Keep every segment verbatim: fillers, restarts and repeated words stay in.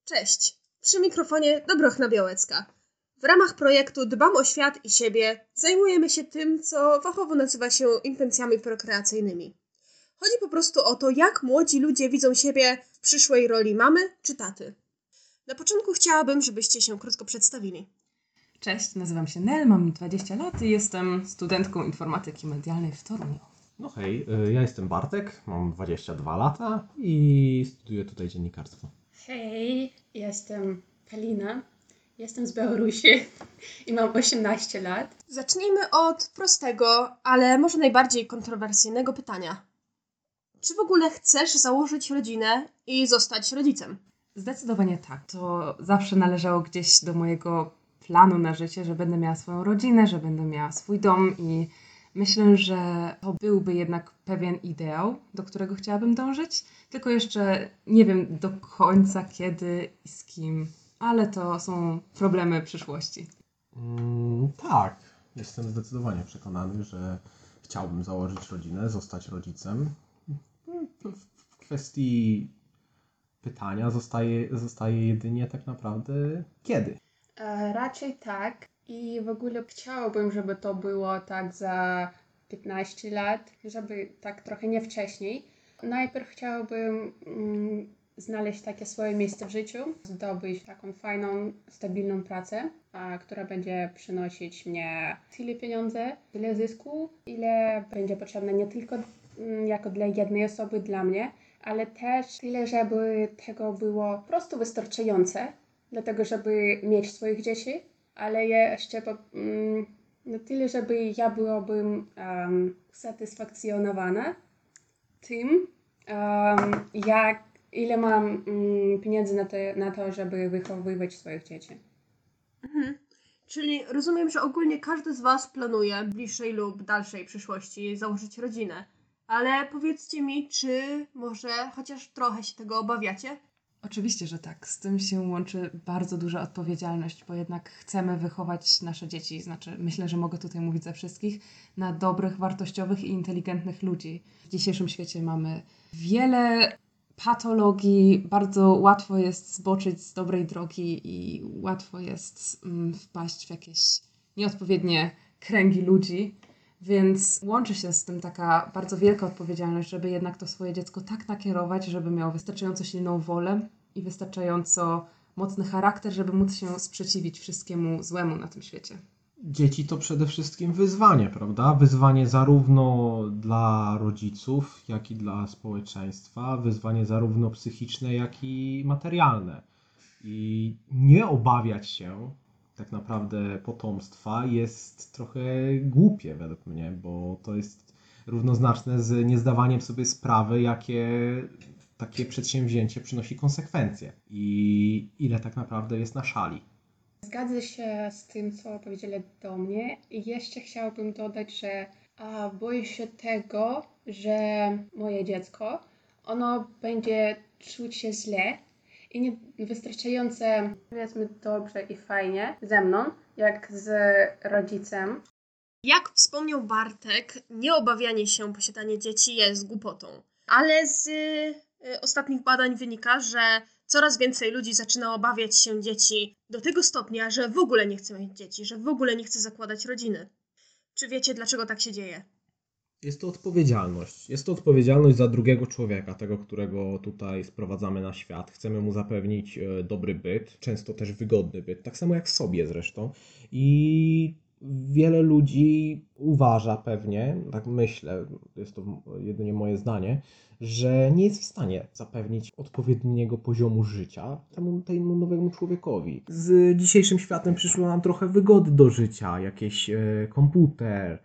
Cześć, przy mikrofonie Dobrochna Białecka. W ramach projektu Dbam o świat i siebie zajmujemy się tym, co fachowo nazywa się intencjami prokreacyjnymi. Chodzi po prostu o to, jak młodzi ludzie widzą siebie w przyszłej roli mamy czy taty. Na początku chciałabym, żebyście się krótko przedstawili. Cześć, nazywam się Nel, mam dwadzieścia lat i jestem studentką informatyki medialnej w Toruniu. No hej, ja jestem Bartek, mam dwadzieścia dwa lata i studiuję tutaj dziennikarstwo. Hej, jestem Kalina, jestem z Białorusi i mam osiemnaście lat. Zacznijmy od prostego, ale może najbardziej kontrowersyjnego pytania. Czy w ogóle chcesz założyć rodzinę i zostać rodzicem? Zdecydowanie tak. To zawsze należało gdzieś do mojego planu na życie, że będę miała swoją rodzinę, że będę miała swój dom i myślę, że to byłby jednak pewien ideał, do którego chciałabym dążyć. Tylko jeszcze nie wiem do końca kiedy i z kim, ale to są problemy przyszłości. Mm, tak, jestem zdecydowanie przekonany, że chciałbym założyć rodzinę, zostać rodzicem. W kwestii pytania zostaje, zostaje jedynie tak naprawdę kiedy. E, raczej tak i w ogóle chciałabym, żeby to było tak za piętnaście lat, żeby tak trochę nie wcześniej. Najpierw chciałabym mm, znaleźć takie swoje miejsce w życiu, zdobyć taką fajną, stabilną pracę, a, która będzie przynosić mnie tyle pieniądze, tyle zysku, ile będzie potrzebne nie tylko mm, jako dla jednej osoby, dla mnie, ale też tyle, żeby tego było po prostu wystarczające, dlatego żeby mieć swoich dzieci, ale jeszcze po, mm, na tyle, żeby ja byłabym um, usatysfakcjonowana tym, um, jak, ile mam um, pieniędzy na, te, na to, żeby wychowywać swoich dzieci. Mhm. Czyli rozumiem, że ogólnie każdy z Was planuje w bliższej lub dalszej przyszłości założyć rodzinę. Ale powiedzcie mi, czy może chociaż trochę się tego obawiacie? Oczywiście, że tak. Z tym się łączy bardzo duża odpowiedzialność, bo jednak chcemy wychować nasze dzieci, znaczy myślę, że mogę tutaj mówić za wszystkich, na dobrych, wartościowych i inteligentnych ludzi. W dzisiejszym świecie mamy wiele patologii, bardzo łatwo jest zboczyć z dobrej drogi i łatwo jest mm, wpaść w jakieś nieodpowiednie kręgi ludzi. Więc łączy się z tym taka bardzo wielka odpowiedzialność, żeby jednak to swoje dziecko tak nakierować, żeby miało wystarczająco silną wolę i wystarczająco mocny charakter, żeby móc się sprzeciwić wszystkiemu złemu na tym świecie. Dzieci to przede wszystkim wyzwanie, prawda? Wyzwanie zarówno dla rodziców, jak i dla społeczeństwa. Wyzwanie zarówno psychiczne, jak i materialne. I nie obawiać się tak naprawdę potomstwa jest trochę głupie według mnie, bo to jest równoznaczne z niezdawaniem sobie sprawy, jakie takie przedsięwzięcie przynosi konsekwencje i ile tak naprawdę jest na szali. Zgadzam się z tym, co powiedzieli do mnie i jeszcze chciałabym dodać, że a, boję się tego, że moje dziecko, ono będzie czuć się źle i niewystarczające, powiedzmy, dobrze i fajnie ze mną, jak z rodzicem. Jak wspomniał Bartek, nieobawianie się posiadania dzieci jest głupotą. Ale z y, ostatnich badań wynika, że coraz więcej ludzi zaczyna obawiać się dzieci do tego stopnia, że w ogóle nie chce mieć dzieci, że w ogóle nie chce zakładać rodziny. Czy wiecie, dlaczego tak się dzieje? Jest to odpowiedzialność. Jest to odpowiedzialność za drugiego człowieka, tego, którego tutaj sprowadzamy na świat. Chcemy mu zapewnić dobry byt, często też wygodny byt, tak samo jak sobie zresztą. I wiele ludzi uważa pewnie, tak myślę, jest to jedynie moje zdanie, że nie jest w stanie zapewnić odpowiedniego poziomu życia temu, temu nowemu człowiekowi. Z dzisiejszym światem przyszło nam trochę wygody do życia, jakiś e, komputer,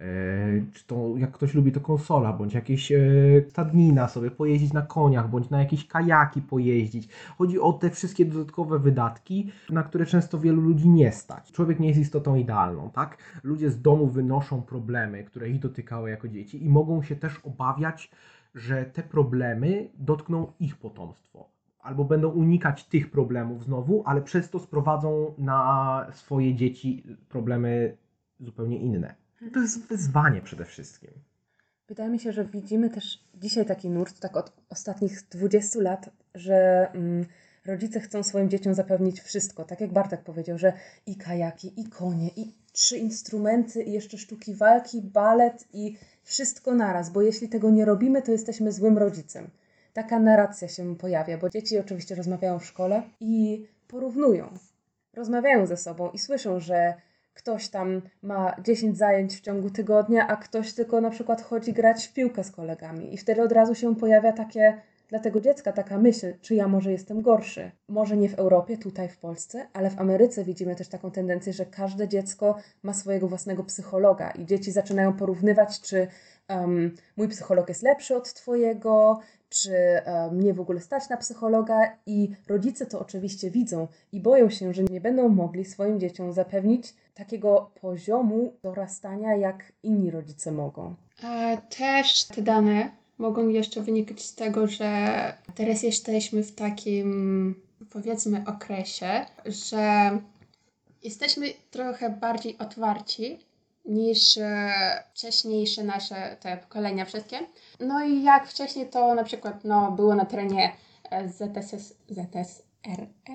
czy to, jak ktoś lubi, to konsola, bądź jakieś e, stadnina sobie, pojeździć na koniach, bądź na jakieś kajaki pojeździć. Chodzi o te wszystkie dodatkowe wydatki, na które często wielu ludzi nie stać. Człowiek nie jest istotą idealną, tak? Ludzie z domu wynoszą problemy, które ich dotykały jako dzieci i mogą się też obawiać, że te problemy dotkną ich potomstwo. Albo będą unikać tych problemów znowu, ale przez to sprowadzą na swoje dzieci problemy zupełnie inne. To jest wyzwanie przede wszystkim. Wydaje mi się, że widzimy też dzisiaj taki nurt, tak od ostatnich dwudziestu lat, że mm, rodzice chcą swoim dzieciom zapewnić wszystko. Tak jak Bartek powiedział, że i kajaki, i konie, i trzy instrumenty, i jeszcze sztuki walki, balet i wszystko naraz. Bo jeśli tego nie robimy, to jesteśmy złym rodzicem. Taka narracja się pojawia, bo dzieci oczywiście rozmawiają w szkole i porównują. Rozmawiają ze sobą i słyszą, że ktoś tam ma dziesięć zajęć w ciągu tygodnia, a ktoś tylko na przykład chodzi grać w piłkę z kolegami. I wtedy od razu się pojawia takie dla tego dziecka taka myśl, czy ja może jestem gorszy. Może nie w Europie, tutaj w Polsce, ale w Ameryce widzimy też taką tendencję, że każde dziecko ma swojego własnego psychologa i dzieci zaczynają porównywać, czy um, mój psycholog jest lepszy od twojego, czy um, mnie w ogóle stać na psychologa, i rodzice to oczywiście widzą i boją się, że nie będą mogli swoim dzieciom zapewnić takiego poziomu dorastania, jak inni rodzice mogą. A też te dane mogą jeszcze wynikać z tego, że teraz jesteśmy w takim, powiedzmy, okresie, że jesteśmy trochę bardziej otwarci niż e, wcześniejsze nasze te pokolenia wszystkie. No i jak wcześniej to na przykład no, było na terenie e, Z S S, Z S R R,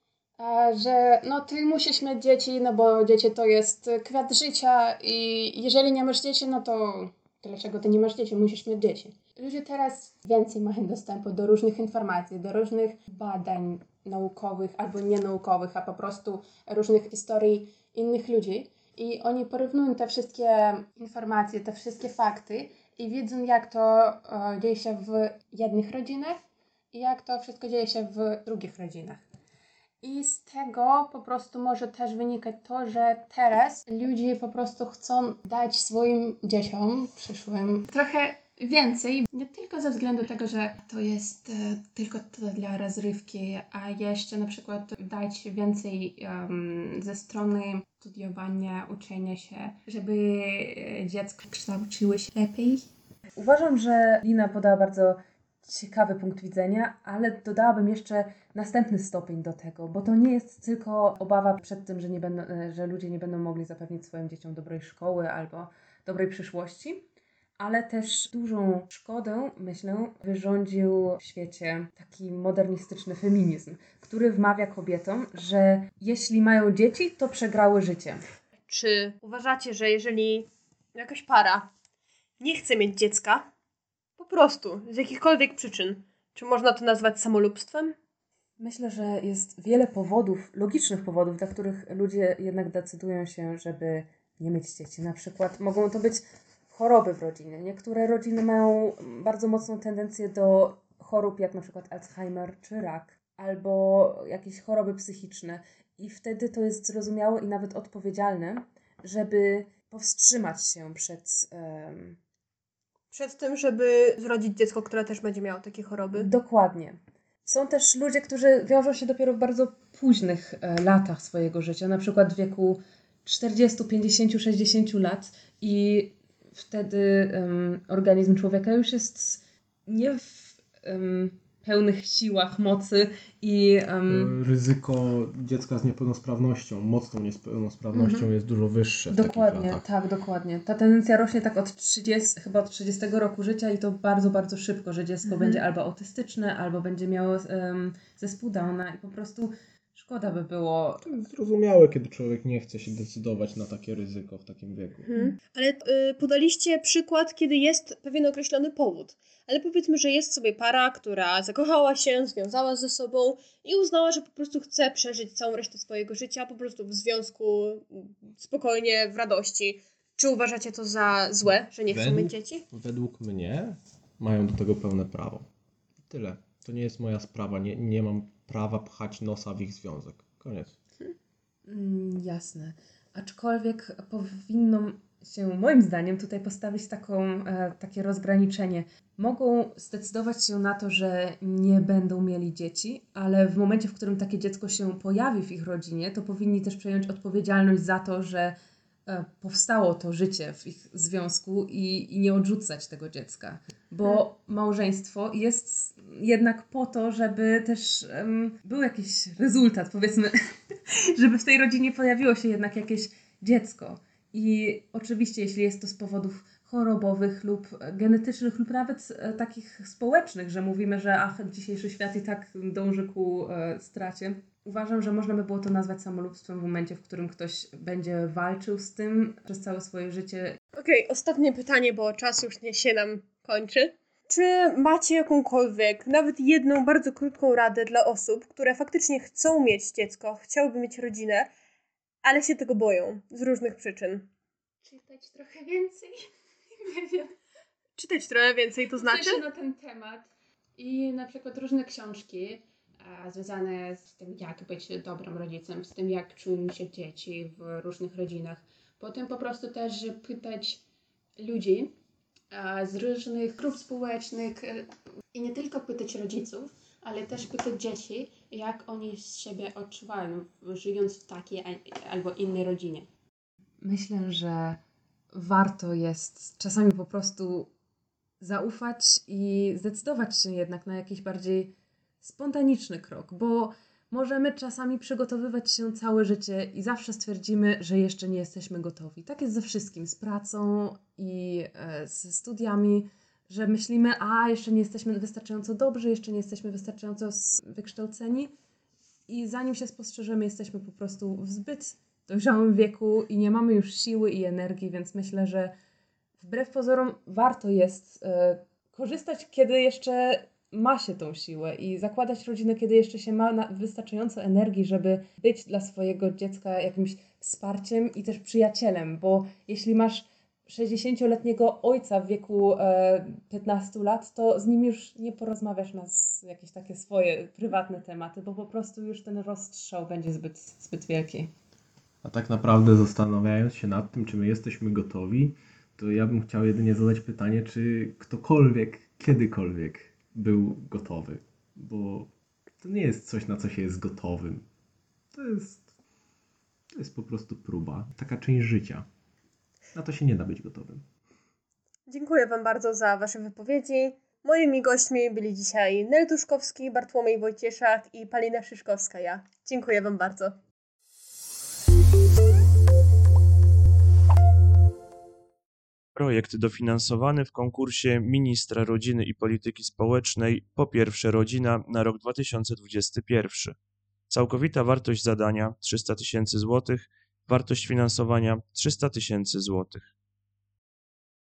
e, że no ty musisz mieć dzieci, no bo dzieci to jest kwiat życia i jeżeli nie masz dzieci, no to dlaczego ty nie masz dzieci? Musisz mieć dzieci. Ludzie teraz więcej mają dostępu do różnych informacji, do różnych badań naukowych albo nienaukowych, a po prostu różnych historii innych ludzi. I oni porównują te wszystkie informacje, te wszystkie fakty i wiedzą, jak to e, dzieje się w jednych rodzinach i jak to wszystko dzieje się w drugich rodzinach. I z tego po prostu może też wynikać to, że teraz ludzie po prostu chcą dać swoim dzieciom przyszłym trochę więcej. Nie tylko ze względu tego, że to jest e, tylko to dla rozrywki, a jeszcze na przykład dać więcej um, ze strony studiowania, uczenia się, żeby e, dziecko kształciło się lepiej. Uważam, że Lina podała bardzo ciekawy punkt widzenia, ale dodałabym jeszcze następny stopień do tego, bo to nie jest tylko obawa przed tym, że, nie będą, że ludzie nie będą mogli zapewnić swoim dzieciom dobrej szkoły albo dobrej przyszłości, ale też dużą szkodę, myślę, wyrządził w świecie taki modernistyczny feminizm, który wmawia kobietom, że jeśli mają dzieci, to przegrały życie. Czy uważacie, że jeżeli jakaś para nie chce mieć dziecka, po prostu, z jakichkolwiek przyczyn, czy można to nazwać samolubstwem? Myślę, że jest wiele powodów, logicznych powodów, dla których ludzie jednak decydują się, żeby nie mieć dzieci. Na przykład mogą to być choroby w rodzinie. Niektóre rodziny mają bardzo mocną tendencję do chorób, jak na przykład Alzheimer czy rak, albo jakieś choroby psychiczne. I wtedy to jest zrozumiałe i nawet odpowiedzialne, żeby powstrzymać się przed... Um, Przed tym, żeby zrodzić dziecko, które też będzie miało takie choroby? Dokładnie. Są też ludzie, którzy wiążą się dopiero w bardzo późnych e, latach swojego życia, na przykład w wieku czterdziestu, pięćdziesięciu, sześćdziesięciu lat, i wtedy um, organizm człowieka już jest nie w um, pełnych siłach, mocy i... Um, Ryzyko dziecka z niepełnosprawnością, mocną niepełnosprawnością mm-hmm. jest dużo wyższe w Dokładnie, takich latach. tak, dokładnie. Ta tendencja rośnie tak od trzydziestego, chyba od trzydziestego roku życia i to bardzo, bardzo szybko, że dziecko mm-hmm. będzie albo autystyczne, albo będzie miało um, zespół Downa i po prostu szkoda by było... To jest zrozumiałe, kiedy człowiek nie chce się decydować na takie ryzyko w takim wieku. Mhm. Ale y, podaliście przykład, kiedy jest pewien określony powód. Ale powiedzmy, że jest sobie para, która zakochała się, związała ze sobą i uznała, że po prostu chce przeżyć całą resztę swojego życia po prostu w związku, spokojnie, w radości. Czy uważacie to za złe, że nie chcą według, mieć dzieci? Według mnie mają do tego pełne prawo. Tyle. To nie jest moja sprawa. Nie, nie mam prawa pchać nosa w ich związek. Koniec. Mm, jasne. Aczkolwiek powinno się, moim zdaniem, tutaj postawić taką, e, takie rozgraniczenie. Mogą zdecydować się na to, że nie będą mieli dzieci, ale w momencie, w którym takie dziecko się pojawi w ich rodzinie, to powinni też przejąć odpowiedzialność za to, że e, powstało to życie w ich związku i, i nie odrzucać tego dziecka. Bo hmm. małżeństwo jest jednak po to, żeby też um, był jakiś rezultat, powiedzmy, żeby w tej rodzinie pojawiło się jednak jakieś dziecko. I oczywiście, jeśli jest to z powodów chorobowych lub genetycznych lub nawet e, takich społecznych, że mówimy, że ach, dzisiejszy świat i tak dąży ku e, stracie. Uważam, że można by było to nazwać samolubstwem w momencie, w którym ktoś będzie walczył z tym przez całe swoje życie. Okej, ostatnie pytanie, bo czas już nie się nam kończy. Czy macie jakąkolwiek, nawet jedną bardzo krótką radę dla osób, które faktycznie chcą mieć dziecko, chciałyby mieć rodzinę, ale się tego boją z różnych przyczyn? Czytać trochę więcej. Nie wiem. Czytać trochę więcej, to znaczy? Coś na ten temat. I na przykład różne książki a, związane z tym, jak być dobrym rodzicem, z tym, jak czują się dzieci w różnych rodzinach. Potem po prostu też pytać ludzi a, z różnych grup społecznych e, i nie tylko pytać rodziców, ale też pytać dzieci, jak oni siebie odczuwają, żyjąc w takiej a- albo innej rodzinie. Myślę, że warto jest czasami po prostu zaufać i zdecydować się jednak na jakiś bardziej spontaniczny krok, bo możemy czasami przygotowywać się całe życie i zawsze stwierdzimy, że jeszcze nie jesteśmy gotowi. Tak jest ze wszystkim, z pracą i e, ze studiami, że myślimy, a jeszcze nie jesteśmy wystarczająco dobrzy, jeszcze nie jesteśmy wystarczająco s- wykształceni i zanim się spostrzeżemy, jesteśmy po prostu w zbyt dojrzałym wieku i nie mamy już siły i energii, więc myślę, że wbrew pozorom warto jest e, korzystać, kiedy jeszcze ma się tą siłę i zakładać rodzinę, kiedy jeszcze się ma na, wystarczająco energii, żeby być dla swojego dziecka jakimś wsparciem i też przyjacielem, bo jeśli masz sześćdziesięcioletniego ojca w wieku e, piętnastu lat, to z nim już nie porozmawiasz na s- jakieś takie swoje prywatne tematy, bo po prostu już ten rozstrzał będzie zbyt, zbyt wielki. A tak naprawdę zastanawiając się nad tym, czy my jesteśmy gotowi, to ja bym chciał jedynie zadać pytanie, czy ktokolwiek, kiedykolwiek był gotowy. Bo to nie jest coś, na co się jest gotowym. To jest, to jest po prostu próba, taka część życia. Na to się nie da być gotowym. Dziękuję Wam bardzo za Wasze wypowiedzi. Moimi gośćmi byli dzisiaj Nel Duszkowski, Bartłomiej Wojcieszak i Palina Szyszkowska. Ja. Dziękuję Wam bardzo. Projekt dofinansowany w konkursie Ministra Rodziny i Polityki Społecznej Po pierwsze Rodzina na rok dwa tysiące dwudziesty pierwszy. Całkowita wartość zadania trzysta tysięcy złotych, wartość finansowania trzysta tysięcy złotych.